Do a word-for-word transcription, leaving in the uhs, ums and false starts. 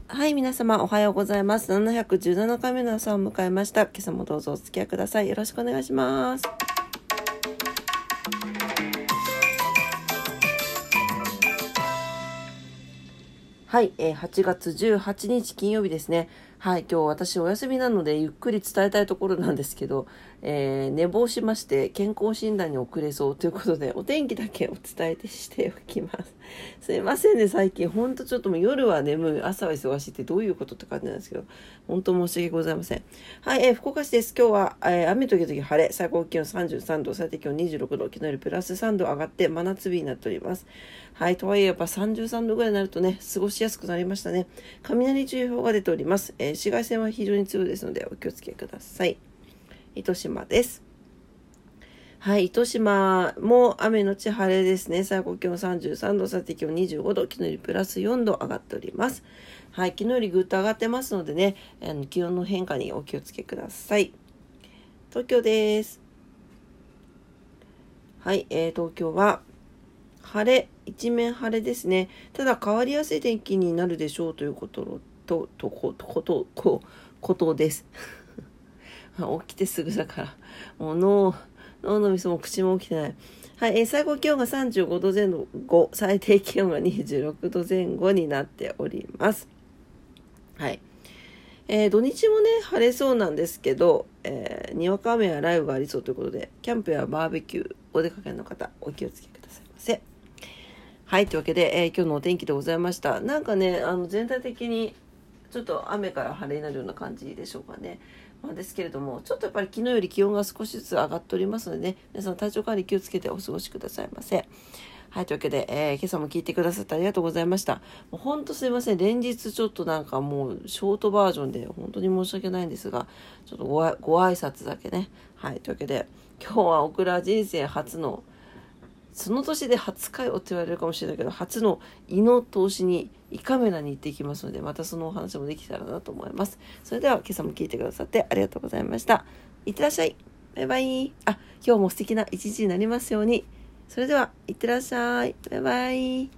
はい、皆様おはようございます。ななひゃくじゅうななかいめの朝を迎えました。今朝もどうぞお付き合いください。よろしくお願いします。はい、えー、はちがつじゅうはちにち金曜日ですね。はい、今日私お休みなのでゆっくり伝えたいところなんですけど、えー、寝坊しまして健康診断に遅れそうということでお天気だけお伝えしておきます。すいませんね、最近ほんとちょっともう夜は眠い、朝は忙しいってどういうことって感じなんですけど、本当申し訳ございません。はい、えー、福岡市です。今日は、えー、雨時々晴れ、最高気温さんじゅうさんど、最低気温にじゅうろくど、昨日よりプラスさんど上がって真夏日になっております。はい、とはいえやっぱさんじゅうさんどぐらいになるとね、過ごしやすくなりましたね。雷注意報が出ております。えー、紫外線は非常に強いですのでお気をつけください。糸島です。はい、糸島も雨のち晴れですね。最高気温さんじゅうさんど、最低気温にじゅうごど、昨日よりプラスよんど上がっております。はい、昨日よりぐっと上がってますのでね、あの気温の変化にお気をつけください。東京です。はい、えー、東京は晴れ、一面晴れですね。ただ変わりやすい天気になるでしょうということと、と、こと、こと、こ、ことです。起きてすぐだから、もう脳、脳のみそも口も起きてない。はい、えー、最高気温がさんじゅうごどぜん後、最低気温がにじゅうろくどぜん後になっております。はい。えー、土日もね、晴れそうなんですけど、えー、にわか雨や雷雨がありそうということで、キャンプやバーベキュー、お出かけの方、お気をつけくださいませ。はい、というわけで、えー、今日のお天気でございました。なんかね、あの全体的にちょっと雨から晴れになるような感じでしょうかね。まあ、ですけれども、ちょっとやっぱり昨日より気温が少しずつ上がっておりますのでね、皆さん体調管理気をつけてお過ごしくださいませ。はい、というわけで、えー、今朝も聞いてくださってありがとうございました。もう本当すいません。連日ちょっとなんかもうショートバージョンで本当に申し訳ないんですが、ちょっとごあご挨拶だけね。はい、というわけで、今日はオクラ人生初のその年で初かよって言われるかもしれないけど、初の胃の投資に胃カメラに行っていきますので、またそのお話もできたらなと思います。それでは今朝も聞いてくださってありがとうございました。いってらっしゃい。バイバイ。あ、今日も素敵な一日になりますように。それでは、いってらっしゃい。バイバイ。